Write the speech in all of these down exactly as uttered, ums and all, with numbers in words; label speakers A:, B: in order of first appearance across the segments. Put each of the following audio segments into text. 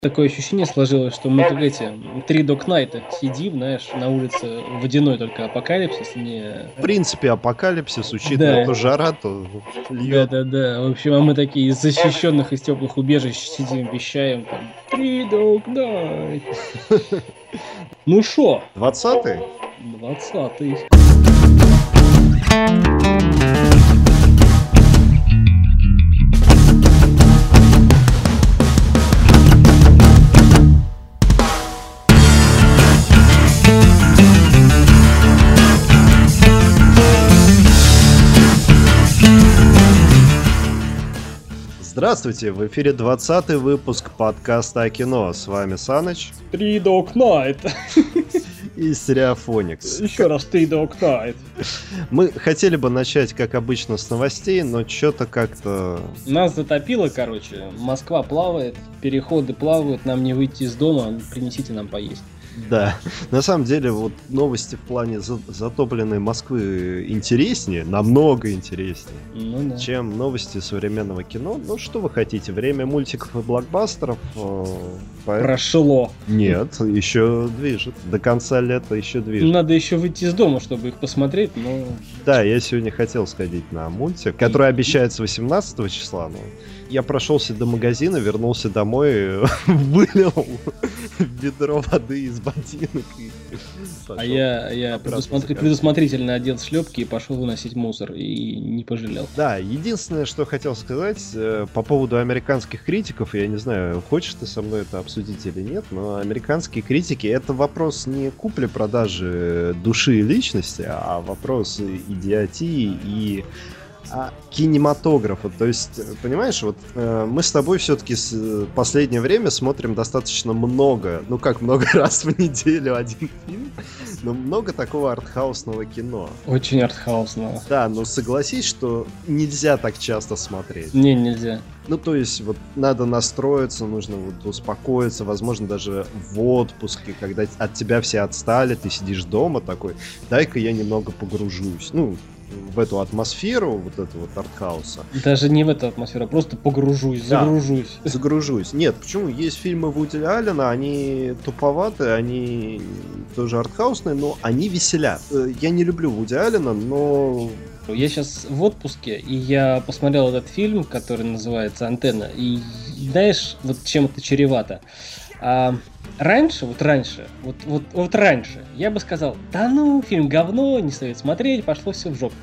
A: Такое ощущение сложилось, что мы как эти три Dog Night сидим, знаешь, на улице водяной только апокалипсис, не...
B: В принципе, апокалипсис, учитывая
A: Да.
B: то жара, то льет.
A: Да-да-да. В общем, а мы такие из защищенных, из теплых убежищ сидим, вещаем там три Dog Night. Ну шо?
B: Двадцатый?
A: Двадцатый.
B: Здравствуйте, в эфире двадцатый выпуск подкаста о кино. С вами Саныч.
A: три Dog Night.
B: И Стереофоникс.
A: Еще раз три Dog Night.
B: Мы хотели бы начать, как обычно, с новостей, но что-то как-то...
A: Нас затопило, короче. Москва плавает, переходы плавают, нам не выйти из дома, принесите нам поесть.
B: Да, на самом деле вот новости в плане за- затопленной Москвы интереснее, намного интереснее,
A: Ну да.
B: чем новости современного кино. Ну что вы хотите, время мультиков и блокбастеров? э, по-
A: Прошло.
B: Нет, еще движет, до конца лета еще движет.
A: Надо еще выйти из дома, чтобы их посмотреть, но...
B: Да, я сегодня хотел сходить на мультик, который обещается восемнадцатого числа, но я прошелся до магазина, вернулся домой, вылил ведро воды из ботинок и пошел.
A: А я, я
B: обратно
A: предусмотри-
B: заказывать.
A: предусмотрительно одел шлепки и пошел выносить мусор, и не пожалел.
B: Да, единственное, что хотел сказать э, по поводу американских критиков, я не знаю, хочешь ты со мной это обсудить или нет, но американские критики — это вопрос не купли-продажи души и личности, а вопрос идиотии и а, кинематографа. То есть, понимаешь, вот э, мы с тобой все-таки с э, последнее время смотрим достаточно много, ну как много раз в неделю один фильм, но много такого артхаусного кино.
A: Очень артхаусного.
B: Да, но согласись, что нельзя так часто смотреть.
A: Не, нельзя.
B: Ну, то есть, вот надо настроиться, нужно вот успокоиться, возможно, даже в отпуске, когда от тебя все отстали, ты сидишь дома такой, дай-ка я немного погружусь, ну, в эту атмосферу, вот эту вот артхауса.
A: Даже не в эту атмосферу, а просто погружусь,
B: Да.
A: загружусь.
B: Загружусь. Нет, почему? Есть фильмы Вуди Аллена, они туповатые, они тоже артхаусные, но они веселят. Э, Я не люблю Вуди Аллена, но...
A: Я сейчас в отпуске, и я посмотрел этот фильм, который называется «Антенна», и знаешь, вот чем это чревато? А, раньше, вот раньше, вот, вот, вот раньше, я бы сказал, да ну, фильм говно, не стоит смотреть, пошло все в жопу.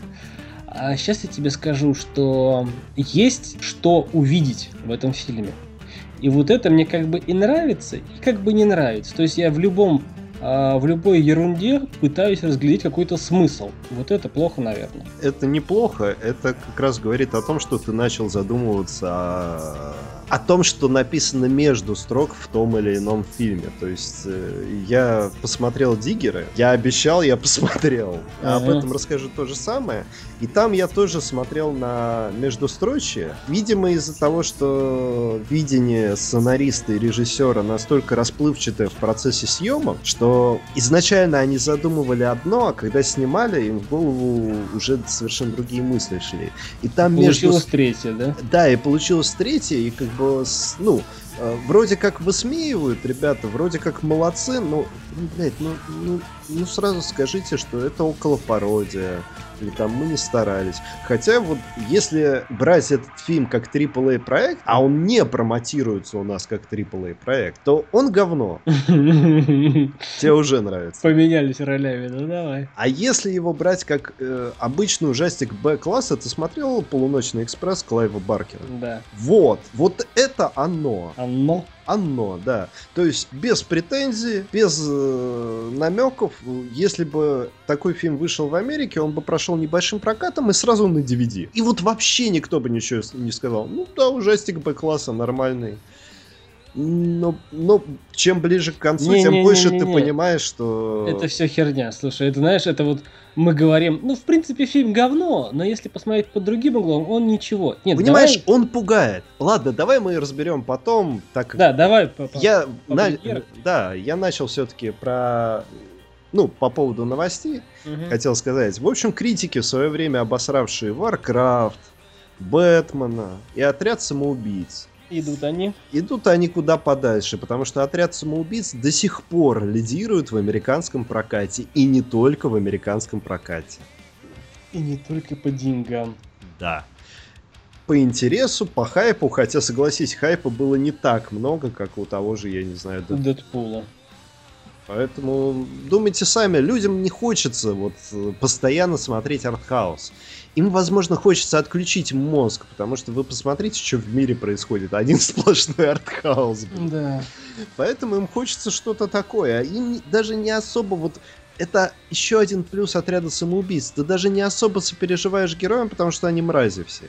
A: А сейчас я тебе скажу, что есть что увидеть в этом фильме. И вот это мне как бы и нравится, и как бы не нравится. То есть я в любом а, в любой ерунде пытаюсь разглядеть какой-то смысл. Вот это плохо, наверное.
B: Это неплохо, это как раз говорит о том, что ты начал задумываться о, о том, что написано между строк в том или ином фильме. То есть э, я посмотрел «Диггеры», я обещал, я посмотрел. А об
A: Ага.
B: этом расскажу то же самое. И там я тоже смотрел на междустрочие. Видимо, из-за того, что видение сценариста и режиссера настолько расплывчатое в процессе съемок, что изначально они задумывали одно, а когда снимали, им в голову уже совершенно другие мысли шли. И там
A: Получилось
B: между...
A: третье, да?
B: Да, и получилось третье, и как бы, с- ну, э, вроде как высмеивают ребята, вроде как молодцы, но, ну, блядь, ну, ну, ну сразу скажите, что это около пародия, или там мы не старались. Хотя вот если брать этот фильм как трипл эй проект, а он не промотируется у нас как трипл эй проект, то он говно. Тебе уже нравится.
A: Поменялись ролями, ну давай.
B: А если его брать как э, обычный ужастик Б-класса, ты смотрел «Полуночный экспресс» Клайва Баркера?
A: Да.
B: Вот, вот это оно.
A: Оно.
B: Оно, да. То есть без претензий, без э, намеков. Если бы такой фильм вышел в Америке, он бы прошел небольшим прокатом и сразу на ди ви ди. И вот вообще никто бы ничего с- не сказал. Ну да, ужастик Б-класса нормальный. Но, но чем ближе к концу,
A: Не,
B: тем
A: не, не,
B: больше
A: не,
B: ты
A: не.
B: понимаешь, что...
A: Это все херня. Слушай, это знаешь, это вот мы говорим, ну, в принципе, фильм говно, но если посмотреть под другим углом, он ничего. Нет,
B: Понимаешь,
A: давай-
B: он пугает. Ладно, давай мы разберем потом, так как
A: Да, давай. по- по-
B: я,
A: по
B: на-
A: примерам.
B: да, я начал все-таки про, ну, по поводу новостей,
A: Мгм.
B: хотел сказать. В общем, критики в свое время обосравшие Warcraft, Бэтмена и Отряд самоубийц
A: Идут они.
B: Идут они куда подальше, потому что «Отряд самоубийц» до сих пор лидирует в американском прокате, и не только в американском прокате.
A: И не только по деньгам.
B: Да. По интересу, по хайпу, хотя, согласись, хайпа было не так много, как у того же, я не знаю, Дэд...
A: Дэдпула.
B: Поэтому думайте сами, людям не хочется вот постоянно смотреть артхаус. Им, возможно, хочется отключить мозг, потому что вы посмотрите, что в мире происходит. Один сплошной артхаус.
A: Да.
B: Поэтому им хочется что-то такое. А им даже не особо вот... Это еще один плюс «Отряда самоубийц». Ты даже не особо сопереживаешь героям, потому что они мрази все.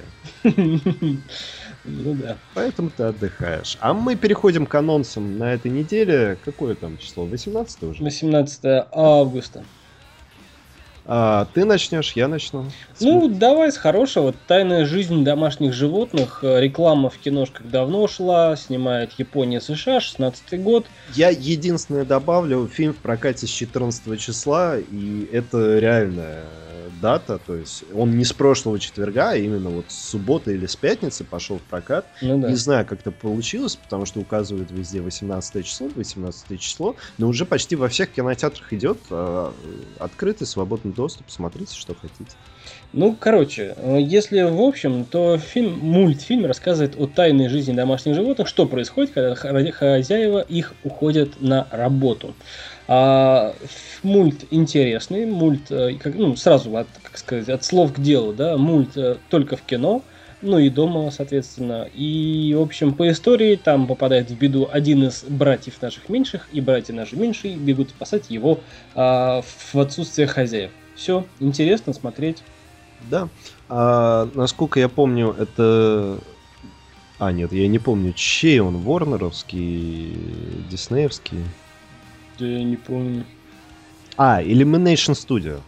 A: Ну да.
B: Поэтому ты отдыхаешь. А мы переходим к анонсам на этой неделе. Какое там число? восемнадцатое уже?
A: восемнадцатое августа.
B: А, ты начнешь, я начну.
A: Ну, давай с хорошего. «Тайная жизнь домашних животных». Реклама в киношках давно шла. Снимает Япония, США, шестнадцатый год.
B: Я единственное добавлю. Фильм в прокате с четырнадцатого числа. И это реальная дата. То есть он не с прошлого четверга, а именно вот с субботы или с пятницы пошел в прокат.
A: Ну, да.
B: Не знаю, как это получилось, потому что указывают везде восемнадцатое число, восемнадцатое число. Но уже почти во всех кинотеатрах идет. Открытый, свободный доступ. Смотрите, что хотите.
A: Ну, короче, если в общем, то фильм, мультфильм рассказывает о тайной жизни домашних животных, что происходит, когда хозяева их уходят на работу. А, мульт интересный, мульт, как, ну, сразу, от, как сказать, от слов к делу, да, мульт только в кино, ну и дома, соответственно. И, в общем, по истории там попадает в беду один из братьев наших меньших, и братья наши меньшие бегут спасать его а, в отсутствие хозяев. Все, интересно смотреть.
B: Да. А, насколько я помню, это... А, нет, я не помню, чей он, Ворнеровский, диснеевский?
A: Да я не помню.
B: А, Illumination Studio.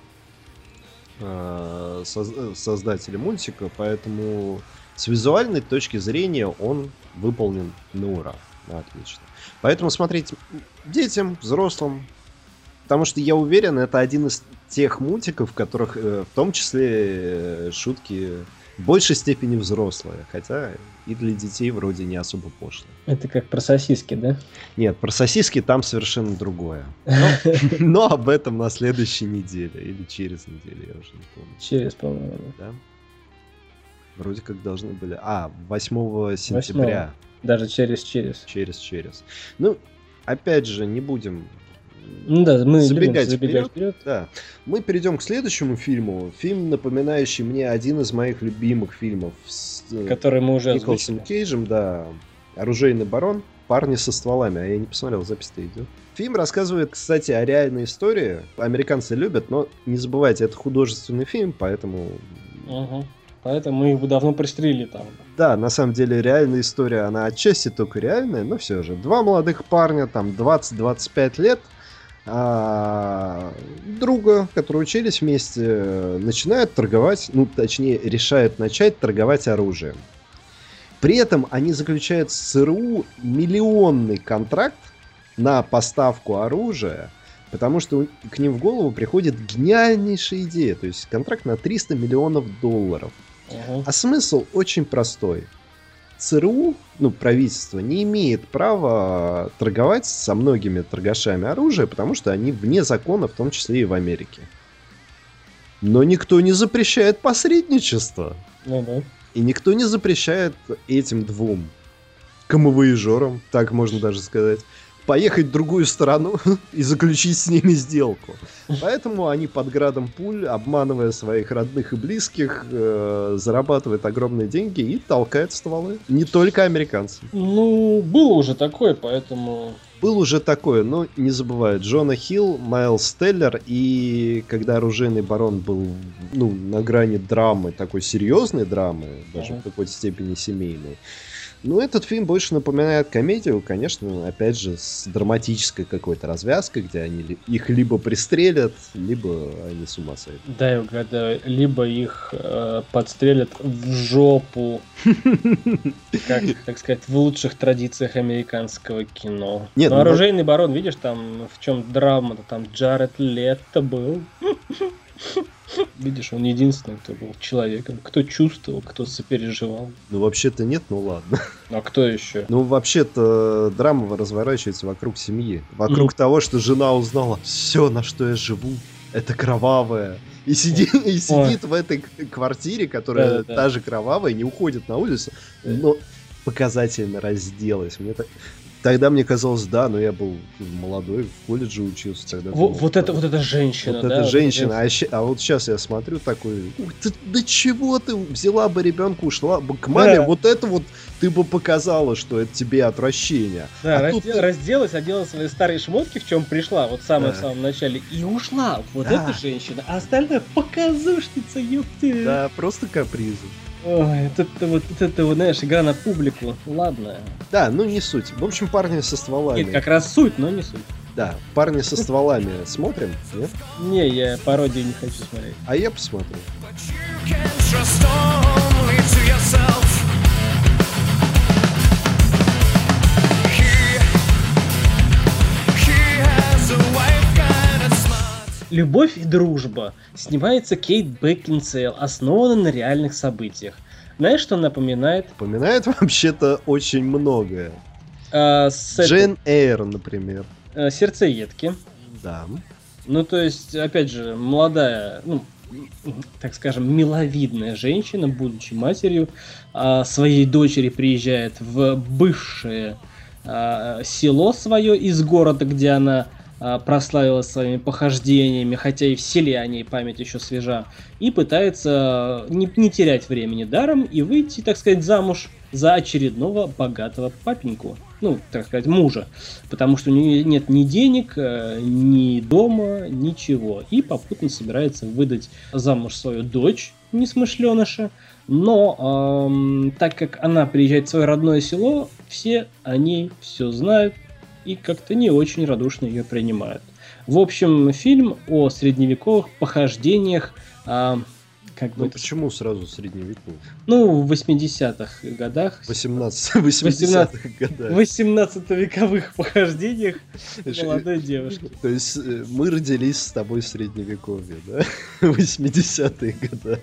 B: А, соз- создатели мультика, поэтому с визуальной точки зрения он выполнен на ура. Отлично. Поэтому смотреть детям, взрослым, потому что я уверен, это один из тех мультиков, в которых э, в том числе э, шутки в большей степени взрослые, хотя и для детей вроде не особо пошлые.
A: Это как про сосиски, да?
B: Нет, про сосиски там совершенно другое. Но, но об этом на следующей неделе или через неделю, я уже не помню.
A: Через, по-моему.
B: Да? Вроде как должны были... А, восьмого сентября.
A: Даже через-через.
B: Через-через. Ну, опять же, не будем...
A: Ну да, мы
B: забегать
A: любим забегать
B: вперед.
A: вперед.
B: Да. Мы перейдем к следующему фильму. Фильм, напоминающий мне один из моих любимых фильмов с
A: который мы уже
B: Николасом Кейджем, да. «Оружейный барон. Парни со стволами». А я не посмотрел, запись-то идет. Фильм рассказывает, кстати, о реальной истории. Американцы любят, но не забывайте, это художественный фильм, поэтому...
A: Угу. Поэтому мы их давно пристрелили там.
B: Да, на самом деле реальная история, она отчасти только реальная, но все же. Два молодых парня, там двадцать-двадцать пять лет, а, друга, которые учились вместе, начинают торговать, ну, точнее, решают начать торговать оружием. При этом они заключают с ЦРУ миллионный контракт на поставку оружия, потому что к ним в голову приходит гениальнейшая идея, то есть контракт на триста миллионов долларов.
A: Угу.
B: А смысл очень простой. ЦРУ, ну, правительство, не имеет права торговать со многими торгашами оружия, потому что они вне закона, в том числе и в Америке. Но никто не запрещает посредничество.
A: Ну да.
B: И никто не запрещает этим двум камевояжерам, так можно даже сказать, поехать в другую страну и заключить с ними сделку. Поэтому они под градом пуль, обманывая своих родных и близких, э, зарабатывают огромные деньги и толкают стволы. Не только американцы.
A: Ну, было уже такое, поэтому...
B: Был уже такое, но не забывай, Джона Хилл, Майлз Теллер, и когда «Оружейный барон» был, ну, на грани драмы, такой серьезной драмы, даже
A: Ага.
B: в какой-то степени семейной. Ну, этот фильм больше напоминает комедию, конечно, опять же, с драматической какой-то развязкой, где они ли- их либо пристрелят, либо они с ума сойдут.
A: Да, я угадаю. Либо их э, подстрелят в жопу, как, так сказать, в лучших традициях американского кино.
B: Нет,
A: Но
B: ну,
A: «Оружейный барон», видишь, там в чем драма-то, там Джаред Лето был. Видишь, он единственный, кто был человеком, кто чувствовал, кто сопереживал.
B: Ну, вообще-то нет, ну ладно.
A: А кто еще?
B: Ну, вообще-то драма разворачивается вокруг семьи. Вокруг mm. того, что жена узнала, все, на что я живу, это кровавое. И, сиди, и сидит в этой квартире, которая да, да, та да. же кровавая, не уходит на улицу, да. но показательно разделась. Мне так... Тогда мне казалось, да, но я был молодой, в колледже учился. Тогда
A: вот, был, вот, это, вот эта женщина,
B: вот
A: да?
B: эта женщина. А, щ... а вот сейчас я смотрю такой, ты, да чего ты взяла бы ребенка, ушла бы к маме, да. вот это вот ты бы показала, что это тебе отвращение.
A: Да,
B: а
A: раздел, тут... разделась, одела свои старые шмотки, в чем пришла, вот самое да. в самом начале, и ушла. Вот да. эта женщина, а остальная показушница, ёпты.
B: Да, просто капризы.
A: Ой, это, это вот это вот, знаешь, игра на публику. Ладно.
B: Да, ну не суть. В общем, парни со стволами.
A: Нет, как раз суть, но не суть.
B: Да, парни со стволами смотрим, нет?
A: Не, я пародии не хочу смотреть.
B: А я посмотрю.
A: «Любовь и дружба». Снимается Кейт Бекинсейл, основана на реальных событиях. Знаешь, что напоминает?
B: Напоминает вообще-то очень многое.
A: А,
B: Джейн Эйр, например.
A: А, «Сердцеедки».
B: Да.
A: Ну, то есть, опять же, молодая, ну, так скажем, миловидная женщина, будучи матерью, а, своей дочери приезжает в бывшее а, село свое из города, где она прославилась своими похождениями, хотя и в селе о ней память еще свежа, и пытается не, не терять времени даром и выйти, так сказать, замуж за очередного богатого папеньку, ну, так сказать, мужа, потому что у нее нет ни денег, ни дома, ничего, и попутно собирается выдать замуж свою дочь, несмышленыша, но эм, так как она приезжает в свое родное село, все о ней все знают, и как-то не очень радушно ее принимают. В общем, фильм о средневековых похождениях. А, как
B: ну
A: бы
B: почему это... сразу средневековых?
A: Ну, в восьмидесятых годах.
B: восемнадцатых годах.
A: восемнадцативековых похождениях молодой девушки.
B: То есть мы родились с тобой в средневековье, да? восьмидесятые годы.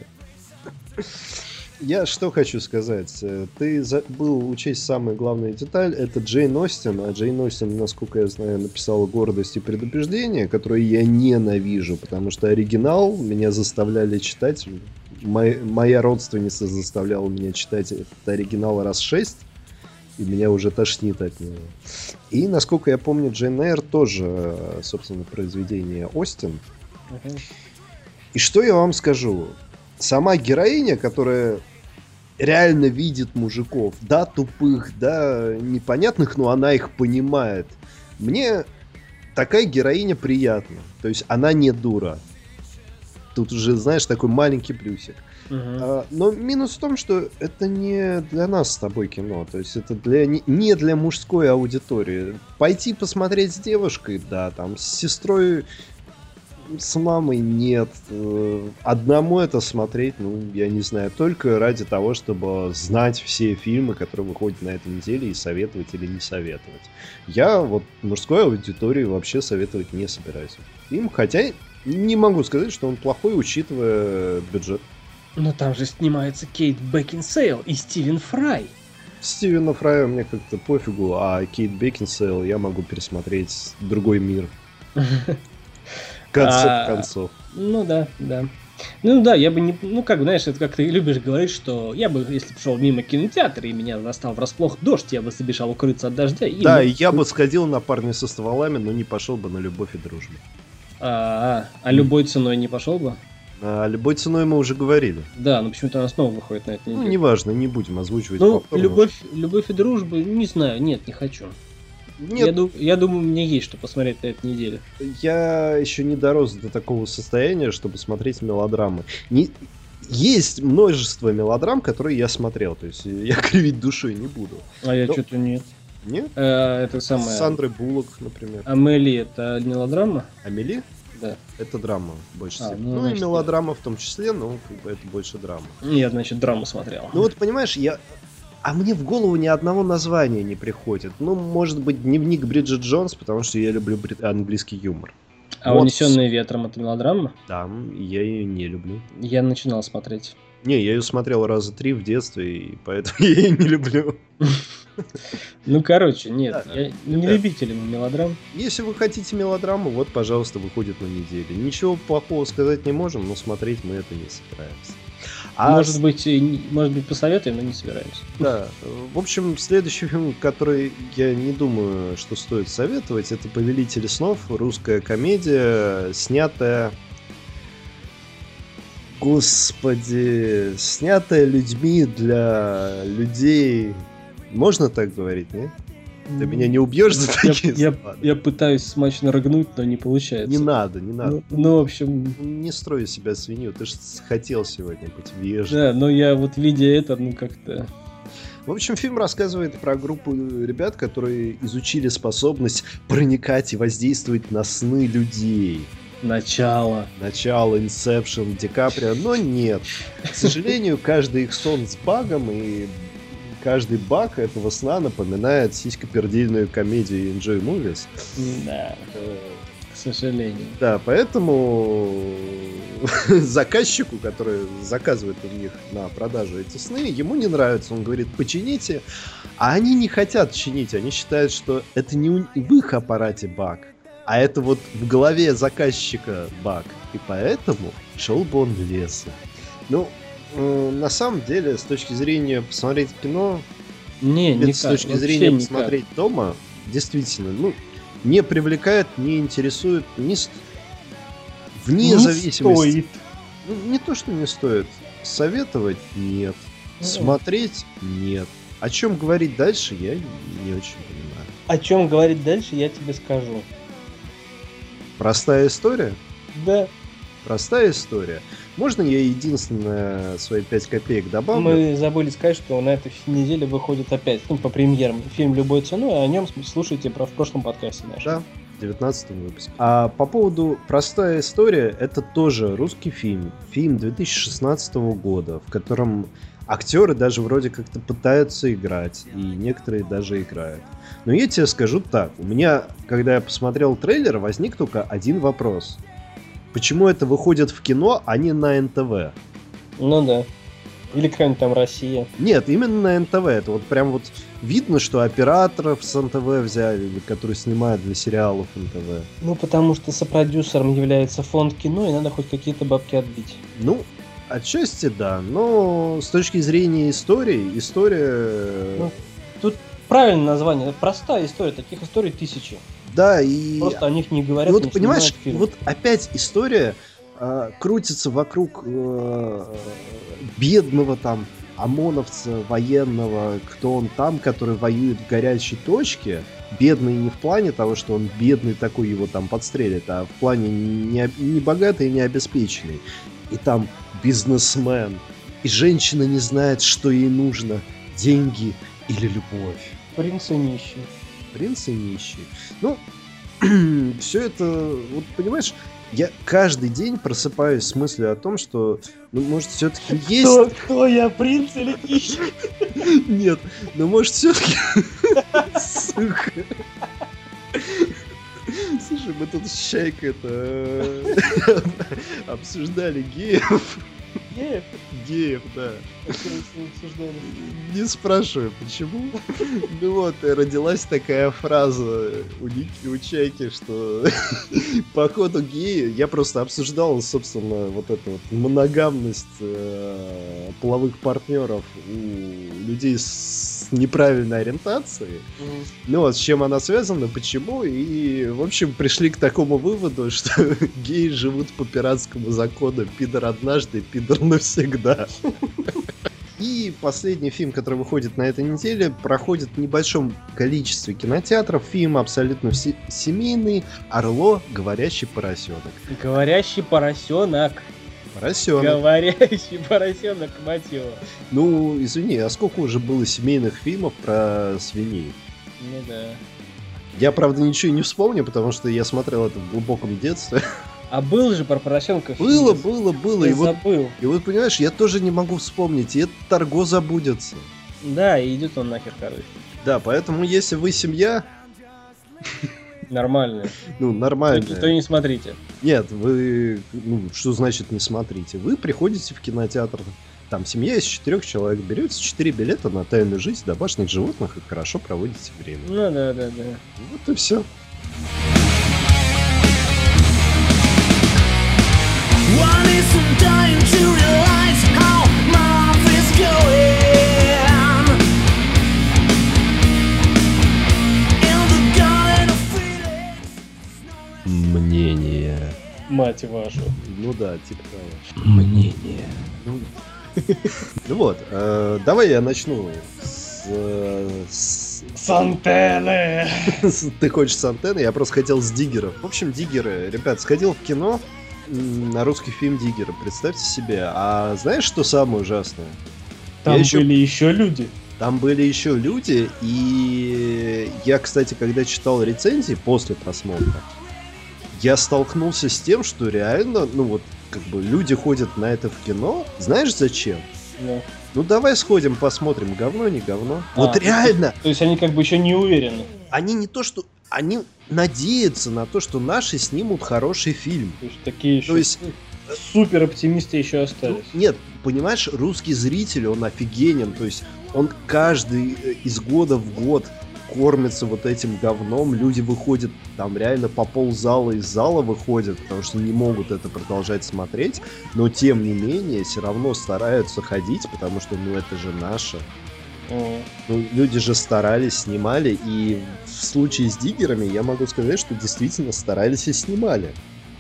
B: Я что хочу сказать. Ты забыл учесть самую главную деталь. Это Джейн Остин. А Джейн Остин, насколько я знаю, написала «Гордость и предупреждение», которую я ненавижу, потому что оригинал меня заставляли читать. Моя, моя родственница заставляла меня читать этот оригинал раз шесть, и меня уже тошнит от него. И, насколько я помню, Джейн Эйр тоже, собственно, произведение Остин. Uh-huh. И что я вам скажу? Сама героиня, которая реально видит мужиков, да, тупых, да, непонятных, но она их понимает. Мне такая героиня приятна. То есть она не дура. Тут уже, знаешь, такой маленький плюсик. Uh-huh. А, но минус в том, что это не для нас с тобой кино. То есть это для, не, не для мужской аудитории. Пойти посмотреть с девушкой, да, там, с сестрой... С мамой нет. Одному это смотреть, ну, я не знаю, только ради того, чтобы знать все фильмы, которые выходят на этой неделе, и советовать или не советовать. Я вот мужской аудитории вообще советовать не собираюсь. Им, хотя не могу сказать, что он плохой, учитывая бюджет.
A: Но там же снимается Кейт Бекинсейл и Стивен Фрай.
B: Стивена Фрая мне как-то пофигу, а Кейт Бекинсейл я могу пересмотреть «Другой мир». Концов а, концов.
A: Ну да, да. Ну да, я бы не... Ну как, знаешь, это как ты любишь говорить, что я бы, если бы шел мимо кинотеатра и меня застал врасплох дождь, я бы забежал укрыться от дождя. И
B: да,
A: мы...
B: и я бы сходил на «Парня со стволами», но не пошел бы на «Любовь и дружбу».
A: А, а, а любой ценой не пошел бы?
B: А любой ценой мы уже говорили.
A: Да, но почему-то она снова выходит на этой неделе.
B: Ну, неважно, не будем озвучивать.
A: Ну, любовь, любовь и дружба, не знаю, нет, не хочу.
B: Нет.
A: Я, ду- я думаю, мне есть что посмотреть на этой неделе.
B: Я еще не дорос до такого состояния, чтобы смотреть мелодрамы. Не... Есть множество мелодрам, которые я смотрел. То есть я кривить душой не буду.
A: А я Но... что-то нет.
B: Нет?
A: А, это самое...
B: С Сандрой Буллок, например.
A: Амели — это мелодрама?
B: Амели?
A: Да.
B: Это драма больше всего. А, ну, ну значит, и мелодрама да. в том числе, но как бы это больше драма.
A: Я, значит, драму смотрел.
B: Ну вот понимаешь, я... А мне в голову ни одного названия не приходит. Ну, может быть, «Дневник Бриджит Джонс», потому что я люблю брит... английский юмор.
A: А
B: Вот.
A: «Унесенные ветром» — это мелодрама?
B: Да, я ее не люблю.
A: Я начинал смотреть.
B: Не, я ее смотрел раза три в детстве, и поэтому я ее не люблю.
A: Ну, короче, нет,
B: Да,
A: я не
B: ребят.
A: любитель мелодрам.
B: Если вы хотите мелодраму, вот, пожалуйста, выходит на неделе. Ничего плохого сказать не можем, но смотреть мы это не собираемся. А
A: Может
B: с-
A: быть, и не- может быть, посоветуем, но не собираемся.
B: Да, в общем, следующий фильм, который я не думаю, что стоит советовать, это «Повелители снов», русская комедия, снятая... Господи, снятая людьми для людей... Можно так говорить, нет? Ты меня не убьешь за
A: Я,
B: такие
A: я-
B: слова?
A: я пытаюсь смачно рыгнуть, но не получается.
B: Не надо, не надо.
A: Ну, ну, в общем,
B: Не строй из себя свинью, ты же хотел сегодня быть вежливым.
A: да, но я вот видя это, ну как-то...
B: В общем, фильм рассказывает про группу ребят, которые изучили способность проникать и воздействовать на сны людей.
A: Начало.
B: Начало, Инсепшн, Ди Каприо, но нет. К сожалению, каждый их сон с багом, и каждый баг этого сна напоминает сиськопердельную комедию Enjoy Movies.
A: Да,
B: Э,
A: к сожалению.
B: Да, поэтому заказчику, который заказывает у них на продажу эти сны, ему не нравится. Он говорит, почините. А они не хотят чинить. Они считают, что это не у- в их аппарате баг, а это вот в голове заказчика баг. И поэтому шел бы он в лес. Ну, э, на самом деле, с точки зрения посмотреть кино,
A: Не,
B: или
A: никак.
B: с точки
A: вообще
B: зрения
A: никак.
B: посмотреть дома, действительно, ну, не привлекает, не интересует, не ст- вне
A: Не
B: зависимости.
A: стоит.
B: Ну, не то, что не стоит. Советовать нет.
A: Мгм.
B: Смотреть нет. О чем говорить дальше, я не очень понимаю.
A: О чем говорить дальше, я тебе скажу.
B: Простая история?
A: Да,
B: Простая история. Можно я единственное свои пять копеек добавлю?
A: мы забыли сказать, что на этой неделе выходит опять, ну, по премьерам, фильм «Любой ценой», а о нем слушайте про в прошлом подкасте нашем.
B: Да, в девятнадцатом выпуске. А по поводу «Простая история», это тоже русский фильм. Фильм две тысячи шестнадцатого года, в котором актеры даже вроде как-то пытаются играть, и некоторые даже играют. Но я тебе скажу так, у меня, когда я посмотрел трейлер, возник только один вопрос. Почему это выходит в кино, а не на эн тэ вэ?
A: Ну да. Или какая-нибудь там Россия.
B: Нет, именно на эн тэ вэ. Это вот прям вот видно, что операторов с эн тэ вэ взяли, которые снимают для сериалов эн тэ вэ.
A: Ну, потому что сопродюсером является фонд кино, и надо хоть какие-то бабки отбить.
B: Ну, отчасти да, но с точки зрения истории, история...
A: Ну, Тут правильное название. Простая история. Таких историй тысячи.
B: да, и...
A: Просто о них не
B: и
A: говорят,
B: вот,
A: не
B: понимаешь,
A: снимают фильм.
B: вот опять история а, крутится вокруг э, бедного там ОМОНовца, военного, кто он там, который воюет в горячей точке. Бедный не в плане того, что он бедный такой, его там подстрелят, а в плане не, не богатый и не обеспеченный. И там бизнесмен. И женщина не знает, что ей нужно. Деньги или любовь.
A: Принц и нищий.
B: Принц и нищий. Ну, все это, вот понимаешь, я каждый день просыпаюсь с мыслью о том, что, ну, может, все-таки есть...
A: Кто, кто я, принц или нищий?
B: Нет, ну, может, все-таки... Сука. Слушай, мы тут с Чайкой это обсуждали геев.
A: Нет,
B: Геев, да.
A: которые с ним обсуждали.
B: Не спрашивай, почему. Ну вот, и родилась такая фраза у Ники, у Чайки, что походу геи, я просто обсуждал, собственно, вот эту вот моногамность э, половых партнеров у людей с неправильной ориентацией.
A: Мгм.
B: Ну вот, с чем она связана, почему, и, в общем, пришли к такому выводу, что геи живут по пиратскому закону пидор однажды, пидор навсегда. И последний фильм, который выходит на этой неделе, проходит в небольшом количестве кинотеатров. Фильм абсолютно все- семейный. «Орло. Говорящий поросенок».
A: Говорящий поросенок.
B: Поросенок.
A: Говорящий поросенок, мать его.
B: Ну, извини, а сколько уже было семейных фильмов про свиней?
A: Ну да.
B: Я, правда, ничего не вспомню, потому что я смотрел это в глубоком детстве.
A: А был же про поросенка фильм.
B: Было, было, было.
A: Я
B: И вот,
A: забыл.
B: и вот, понимаешь, я тоже не могу вспомнить. И этот Тарго забудется.
A: Да, и идет он нахер, короче.
B: Да, поэтому если вы семья,
A: Нормальные.
B: Ну, нормальные.
A: То, то не смотрите.
B: Нет, вы... Ну, что значит не смотрите? Вы приходите в кинотеатр, там семья из четырех человек, берете четыре билета на «Тайную жизнь домашних животных» и хорошо проводите время.
A: Ну да, да, да.
B: Вот и все. Мнение.
A: Мать вашу.
B: Ну да, типа того.
A: Мнение.
B: Ну, ну вот, э, давай я начну с... С,
A: с антенны!
B: Ты хочешь с антенны? Я просто хотел с Диггеров. В общем, Диггеры. Ребят, сходил в кино на русский фильм Диггеры. Представьте себе. А знаешь, что самое ужасное?
A: Там я были еще... еще люди.
B: Там были еще люди. И я, кстати, когда читал рецензии после просмотра, я столкнулся с тем, что реально, ну вот, как бы люди ходят на это в кино. Знаешь зачем?
A: Да.
B: Ну давай сходим, посмотрим, говно, не говно.
A: А,
B: вот реально.
A: То есть они как бы еще не уверены.
B: Они не то, что... Они надеются на то, что наши снимут хороший фильм.
A: То есть такие еще...
B: То есть...
A: Супер оптимисты еще остались.
B: Ну, нет, понимаешь, русский зритель, он офигенен. То есть он каждый из года в год кормятся вот этим говном, люди выходят, там реально по ползала из зала выходят, потому что не могут это продолжать смотреть, но тем не менее все равно стараются ходить, потому что, ну, это же наше. Mm. Ну, люди же старались, снимали, и в случае с Диггерами я могу сказать, что действительно старались и снимали.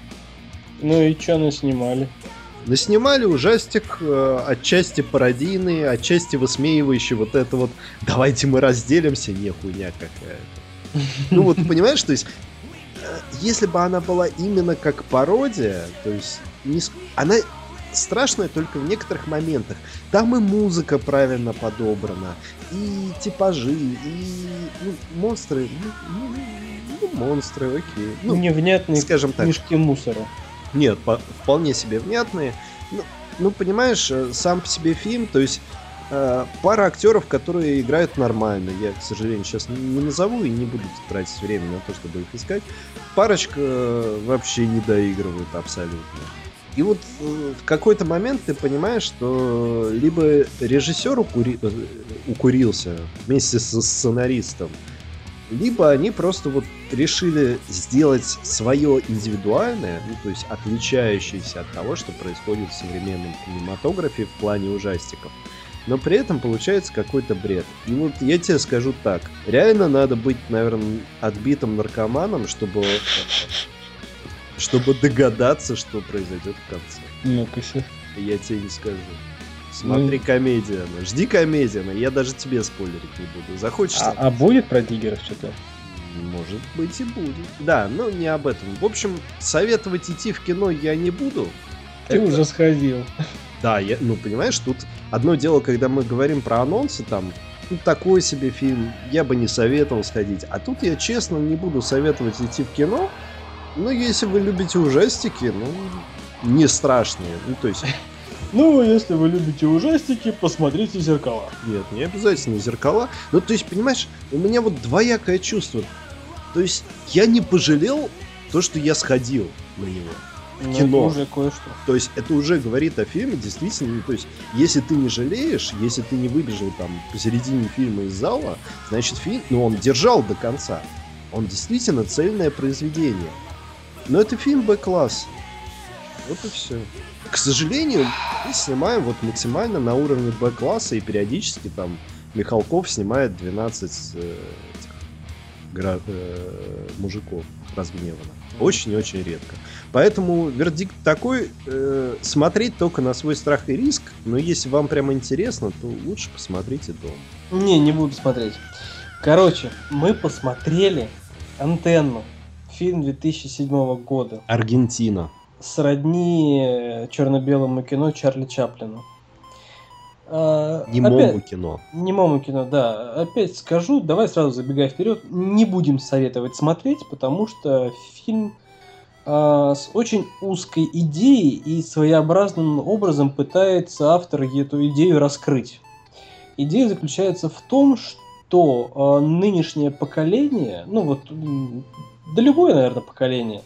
A: Ну и что наснимали?
B: Наснимали ужастик, э, отчасти пародийный, отчасти высмеивающий вот это вот «давайте мы разделимся», не хуйня какая-то. Ну вот, понимаешь, то есть, э, если бы она была именно как пародия, то есть, не, она страшная только в некоторых моментах. Там и музыка правильно подобрана, и типажи, и ну, монстры, ну, ну, монстры, окей. Ну,
A: невнятные,
B: скажем так,
A: книжки мусора.
B: Нет, по- вполне себе внятные. Ну, ну, понимаешь, сам по себе фильм, то есть э, пара актеров, которые играют нормально. Я, к сожалению, сейчас не назову и не буду тратить время на то, чтобы их искать. Парочка э, вообще не доигрывают абсолютно. И вот э, в какой-то момент ты понимаешь, что либо режиссер укури... укурился вместе со сценаристом, либо они просто вот решили сделать свое индивидуальное, ну, то есть отличающееся от того, что происходит в современном кинематографе в плане ужастиков. Но при этом получается какой-то бред. И вот я тебе скажу так. Реально надо быть, наверное, отбитым наркоманом, чтобы, чтобы догадаться, что произойдет в конце.
A: Ну-ка,
B: я тебе не скажу. Смотри, ну... Комедиана. Жди Комедиана. Я даже тебе спойлерить не буду. Захочешь...
A: А, а будет про Диггеров что-то?
B: Может быть и будет. Да, но не об этом. В общем, советовать идти в кино я не буду.
A: Ты это... уже сходил.
B: Да, я, ну понимаешь, тут одно дело, когда мы говорим про анонсы, там, ну такой себе фильм, я бы не советовал сходить. А тут я честно не буду советовать идти в кино. Но если вы любите ужастики, ну, не страшные. Ну, то есть...
A: Ну, если вы любите ужастики, посмотрите «Зеркала».
B: Нет, не обязательно «Зеркала». Ну, то есть, понимаешь, у меня вот двоякое чувство. То есть, я не пожалел то, что я сходил на него. В кино.
A: Это уже кое-что.
B: То есть, это уже говорит о фильме, действительно. То есть, если ты не жалеешь, если ты не выбежал там посередине фильма из зала, значит, фильм, ну, он держал до конца. Он действительно цельное произведение. Но это фильм Б-класса. Вот и все. К сожалению, мы снимаем вот максимально на уровне Б-класса, и периодически там Михалков снимает двенадцать э, этих, гра- э, мужиков разгневанно. Очень-очень редко. Поэтому вердикт такой, э, смотреть только на свой страх и риск, но если вам прямо интересно, то лучше посмотрите дома.
A: Не, не буду смотреть. Короче, мы посмотрели «Антенну», фильм две тысячи седьмого года.
B: Аргентина.
A: Сродни черно-белому кино Чарли Чаплину. А,
B: немому
A: опять,
B: кино.
A: Немому кино, да. Опять скажу, давай сразу забегая вперед, не будем советовать смотреть, потому что фильм а, с очень узкой идеей и своеобразным образом пытается автор эту идею раскрыть. Идея заключается в том, что а, нынешнее поколение, ну вот да любое, наверное, поколение,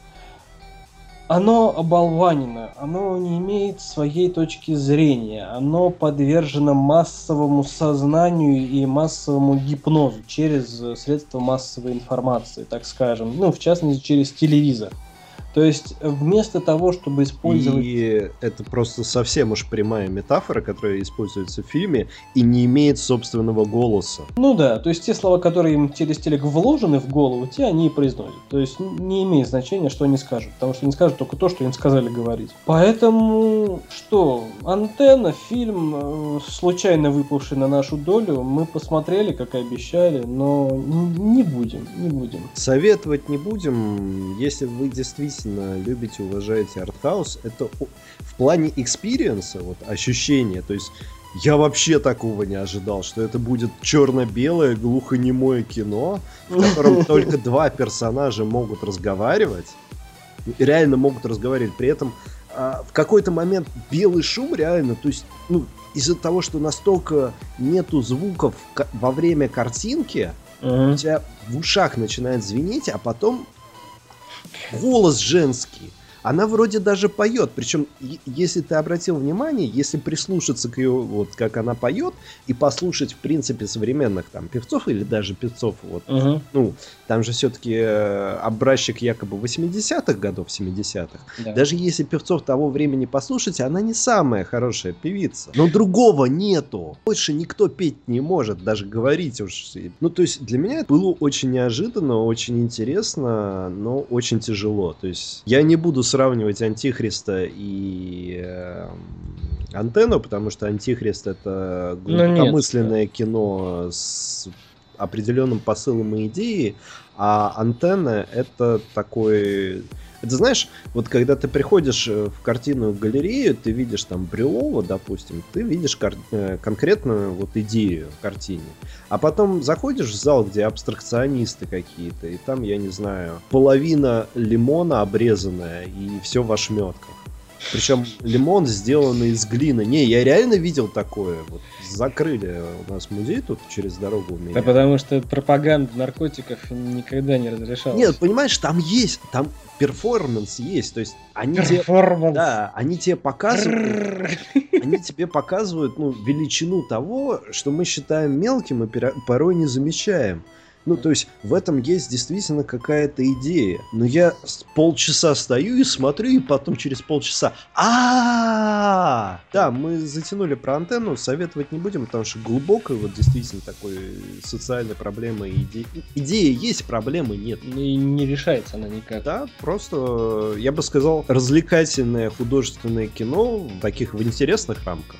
A: оно оболванено, оно не имеет своей точки зрения, оно подвержено массовому сознанию и массовому гипнозу через средства массовой информации, так скажем, ну, в частности, через телевизор. То есть вместо того, чтобы использовать...
B: И это просто совсем уж прямая метафора, которая используется в фильме и не имеет собственного голоса.
A: Ну да, то есть те слова, которые им через телек вложены в голову, те они и произносят. То есть не имеет значения, что они скажут, потому что они скажут только то, что им сказали говорить. Поэтому что, «Антенна», фильм, случайно выпавший на нашу долю, мы посмотрели, как и обещали, но не будем, не будем.
B: Советовать не будем, если вы действительно любите, уважаете артхаус, это в плане экспириенса, вот, ощущения, то есть я вообще такого не ожидал, что это будет черно-белое глухонемое кино, в котором только два персонажа могут разговаривать, реально могут разговаривать, при этом в какой-то момент белый шум реально, то есть, ну, из-за того, что настолько нету звуков во время картинки, у тебя в ушах начинает звенеть, а потом голос женский. Она вроде даже поет. Причем, если ты обратил внимание, если прислушаться к ее, вот как она поет, и послушать, в принципе, современных там певцов или даже певцов, вот, uh-huh. ну, там же все-таки э, образчик якобы восьмидесятых годов, семидесятых. Да. Даже если певцов того времени послушать, она не самая хорошая певица. Но другого нету. Больше никто петь не может, даже говорить уж. Ну, то есть, для меня это было очень неожиданно, очень интересно, но очень тяжело. То есть, я не буду сравнивать «Антихриста» и э, «Антенну», потому что «Антихрист» — это глубокомысленное кино с определенным посылом и идеей, а «Антенна» — это такой... Это знаешь, вот когда ты приходишь в картинную галерею, ты видишь там Брюлова, допустим, ты видишь кар- конкретную вот идею в картине. А потом заходишь в зал, где абстракционисты какие-то, и там, я не знаю, половина лимона обрезанная, и все в ошметках. Причем лимон сделанный из глины. Не, я реально видел такое. Вот закрыли у нас музей тут через дорогу у меня.
A: Да потому что пропаганда наркотиков никогда не разрешалась.
B: Нет, понимаешь, там есть, там перформанс есть. То есть они тебе, да, они тебе показывают, они тебе показывают, ну, величину того, что мы считаем мелким и порой не замечаем. Ну, то есть, в этом есть действительно какая-то идея. Но я полчаса стою и смотрю, и потом через полчаса... а Да, мы затянули про «Антенну», советовать не будем, потому что глубокая вот действительно такой социальной проблемы и идея. Идея есть, проблемы нет.
A: И не решается она никак.
B: Да, просто, я бы сказал, развлекательное художественное кино в таких в интересных рамках.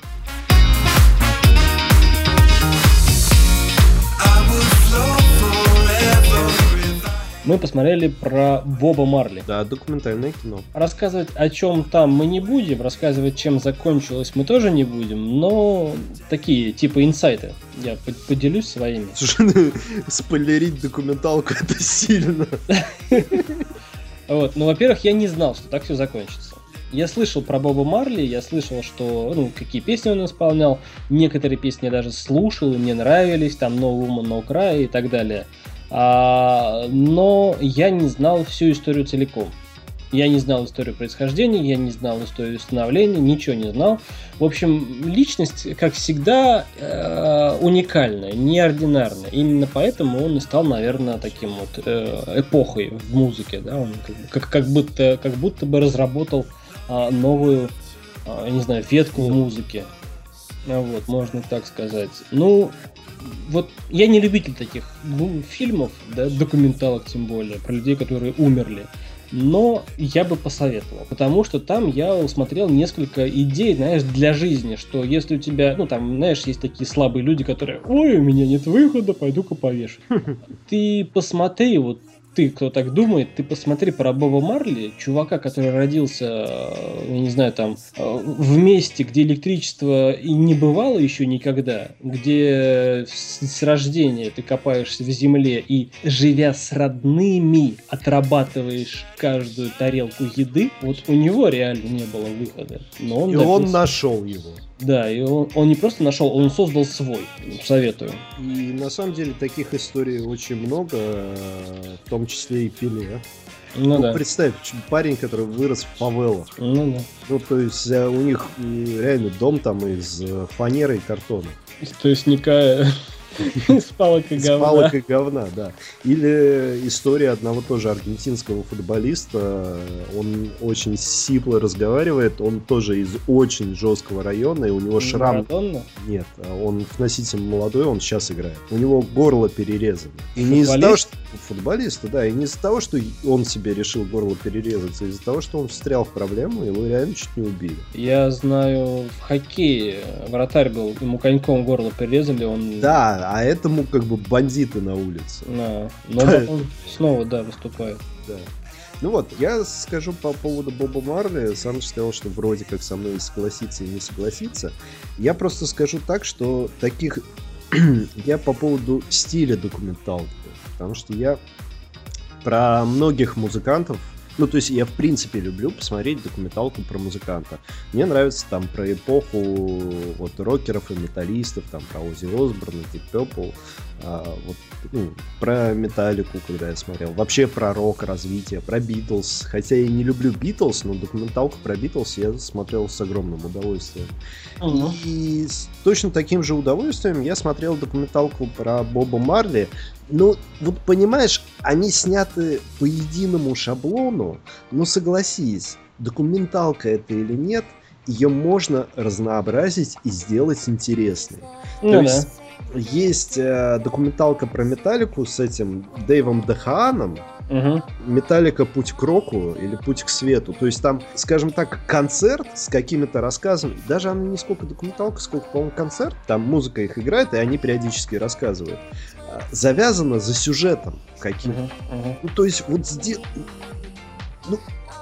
A: Мы посмотрели про Боба Марли.
B: Да, документальное кино.
A: Рассказывать о чем там мы не будем, рассказывать, чем закончилось, мы тоже не будем, но такие, типа, инсайты. Я поделюсь своими.
B: Слушай, спойлерить документалку — это сильно.
A: Вот, ну, во-первых, я не знал, что так все закончится. Я слышал про Боба Марли, я слышал, что, ну, какие песни он исполнял, некоторые песни я даже слушал, и мне нравились, там No Woman, No Cry и так далее. А, но я не знал всю историю целиком. Я не знал историю происхождения, я не знал историю становления, ничего не знал. В общем, личность, как всегда, э, уникальная, неординарная. Именно поэтому он и стал, наверное, таким вот э, эпохой в музыке. Да? Он как, как, будто, как будто бы разработал э, новую, э, я не знаю, ветку в музыке. Вот, можно так сказать. Ну, вот я не любитель таких ну, фильмов, да, документалок тем более, про людей, которые умерли. Но я бы посоветовал, потому что там я усмотрел несколько идей, знаешь, для жизни, что если у тебя, ну там, знаешь, есть такие слабые люди, которые, ой, у меня нет выхода, пойду-ка повешу. Ты посмотри, вот ты, кто так думает, ты посмотри про Боба Марли, чувака, который родился, я не знаю, там, в месте, где электричество и не бывало еще никогда, где с рождения ты копаешься в земле и, живя с родными, отрабатываешь каждую тарелку еды, вот у него реально не было выхода. Но он
B: и
A: допустим...
B: он нашел его.
A: Да, и он, он не просто нашел, он создал свой. Советую.
B: И на самом деле таких историй очень много, в том числе и Пеле.
A: Ну,
B: ну
A: да.
B: Представь, парень, который вырос в фавелах.
A: Ну да.
B: Ну, то есть у них реально дом там из фанеры и картона.
A: То есть Никая из палок и говна.
B: Из палок и говна, да. Или история одного тоже аргентинского футболиста. Он очень сипло разговаривает. Он тоже из очень жесткого района. И у него шрам...
A: Марадона?
B: Нет, он относительно молодой, он сейчас играет. У него горло перерезано. И не из-за того, что... Футболиста, да. И не из-за того, что он себе решил горло перерезать, а из-за того, что он встрял в проблему, его реально чуть не убили.
A: Я знаю, в хоккее вратарь был, ему коньком горло перерезали, он...
B: Да, а этому как бы бандиты на улице.
A: Да, но он снова, да, выступает.
B: Да. Ну вот, я скажу по поводу Боба Марли. Саныч сказал, что вроде как со мной согласится и не согласится. Я просто скажу так, что таких... я по поводу стиля документалки. Потому что я про многих музыкантов... Ну, то есть я, в принципе, люблю посмотреть документалку про музыканта. Мне нравится там про эпоху вот, рокеров и металлистов, там про Оззи Осборна, Deep Purple, а, вот, ну, про Металлику, когда я смотрел. Вообще про рок, развитие, про Битлз. Хотя я не люблю Битлз, но документалку про Битлз я смотрел с огромным удовольствием. Uh-huh. И с точно таким же удовольствием я смотрел документалку про Боба Марли. Ну, вот понимаешь, они сняты по единому шаблону, но согласись, документалка это или нет, ее можно разнообразить и сделать интересной. Ну, То да. есть есть э, документалка про Металлику с этим Дэйвом Дехааном, угу. Металлика «Путь к року» или «Путь к свету». То есть там, скажем так, концерт с какими-то рассказами. Даже она не сколько документалка, сколько, по-моему, концерт. Там музыка их играет, и они периодически рассказывают. Завязано за сюжетом каким-то. Uh-huh, uh-huh. Ну, то есть, вот здесь... Ну,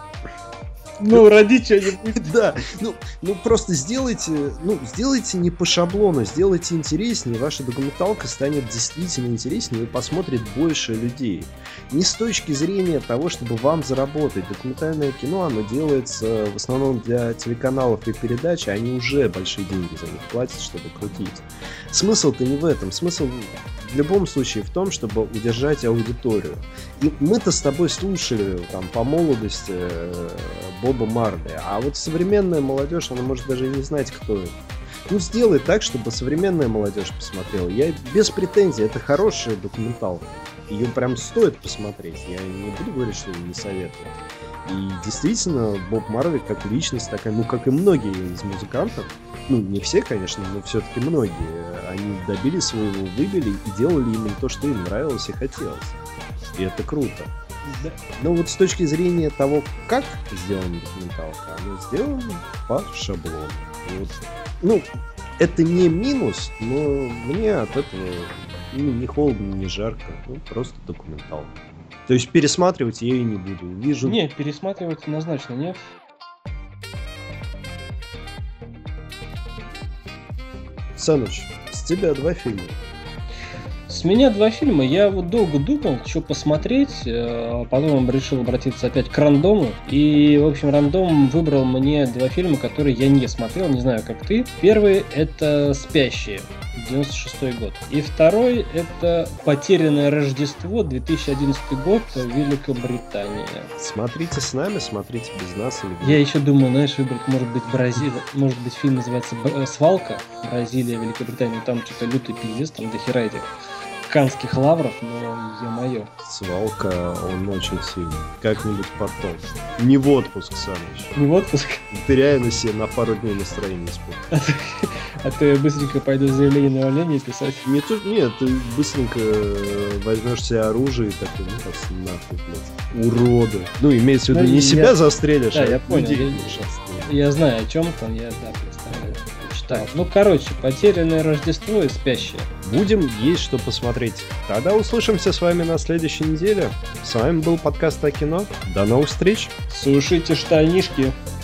A: ну ради чего-нибудь.
B: Да, ну, ну просто сделайте, ну, сделайте не по шаблону, сделайте интереснее, ваша документалка станет действительно интереснее и посмотрит больше людей. Не с точки зрения того, чтобы вам заработать. Документальное кино, оно делается в основном для телеканалов и передач, а они уже большие деньги за них платят, чтобы крутить. Смысл-то не в этом. Смысл в любом случае в том, чтобы удержать аудиторию. И мы-то с тобой слушали там по молодости Боба Марли, а вот современная молодежь, она может даже и не знать, кто это. Ну, сделай так, чтобы современная молодежь посмотрела. Я без претензий, это хорошая документалка. Ее прям стоит посмотреть. Я не буду говорить, что не советую. И действительно, Боб Марли как личность такая, ну, как и многие из музыкантов, ну, не все, конечно, но все-таки многие, они добились своего, выбили и делали именно то, что им нравилось и хотелось. И это круто. Да. Но вот с точки зрения того, как сделана документалка, она сделана по шаблону. Вот. Ну, это не минус, но мне от этого ну, ни холодно, ни жарко. Ну, просто документалка. То есть пересматривать я и не буду. Вижу...
A: Нет, пересматривать однозначно нет.
B: Саныч, с тебя два фильма.
A: С меня два фильма. Я вот долго думал, что посмотреть, а потом решил обратиться опять к рандому. И, в общем, рандом выбрал мне два фильма, которые я не смотрел, не знаю, как ты. Первый — это «Спящие», девяносто шестой год. И второй — это «Потерянное Рождество», две тысячи одиннадцатый год, Великобритания.
B: Смотрите с нами, смотрите без нас. Или...
A: Я еще думаю, знаешь, выбрать, может быть, Бразилия. Может быть, фильм называется «Свалка», Бразилия, Великобритания. Там что-то лютый пиздец, там дохера этих канских лавров, но ё-моё.
B: Свалка, он очень сильный. Как-нибудь потом. Не в отпуск, Саныч.
A: Не в отпуск?
B: Ты реально себе на пару дней настроение испортил.
A: А то я быстренько пойду заявление на увольнение писать.
B: Не то, нет, ты быстренько возьмешь себе оружие и такой, ну так нахуй, блядь. Уроды. Ну, имеется в виду, ну, не я... себя застрелишь,
A: да,
B: а
A: я понял.
B: людей.
A: Я, я знаю, о чем там, я, да, представляю. Читал. Ну, короче, «Потерянное Рождество» и «Спящие».
B: Будем есть что посмотреть. Тогда услышимся с вами на следующей неделе. С вами был подкаст о кино. До новых встреч.
A: Сушите штанишки.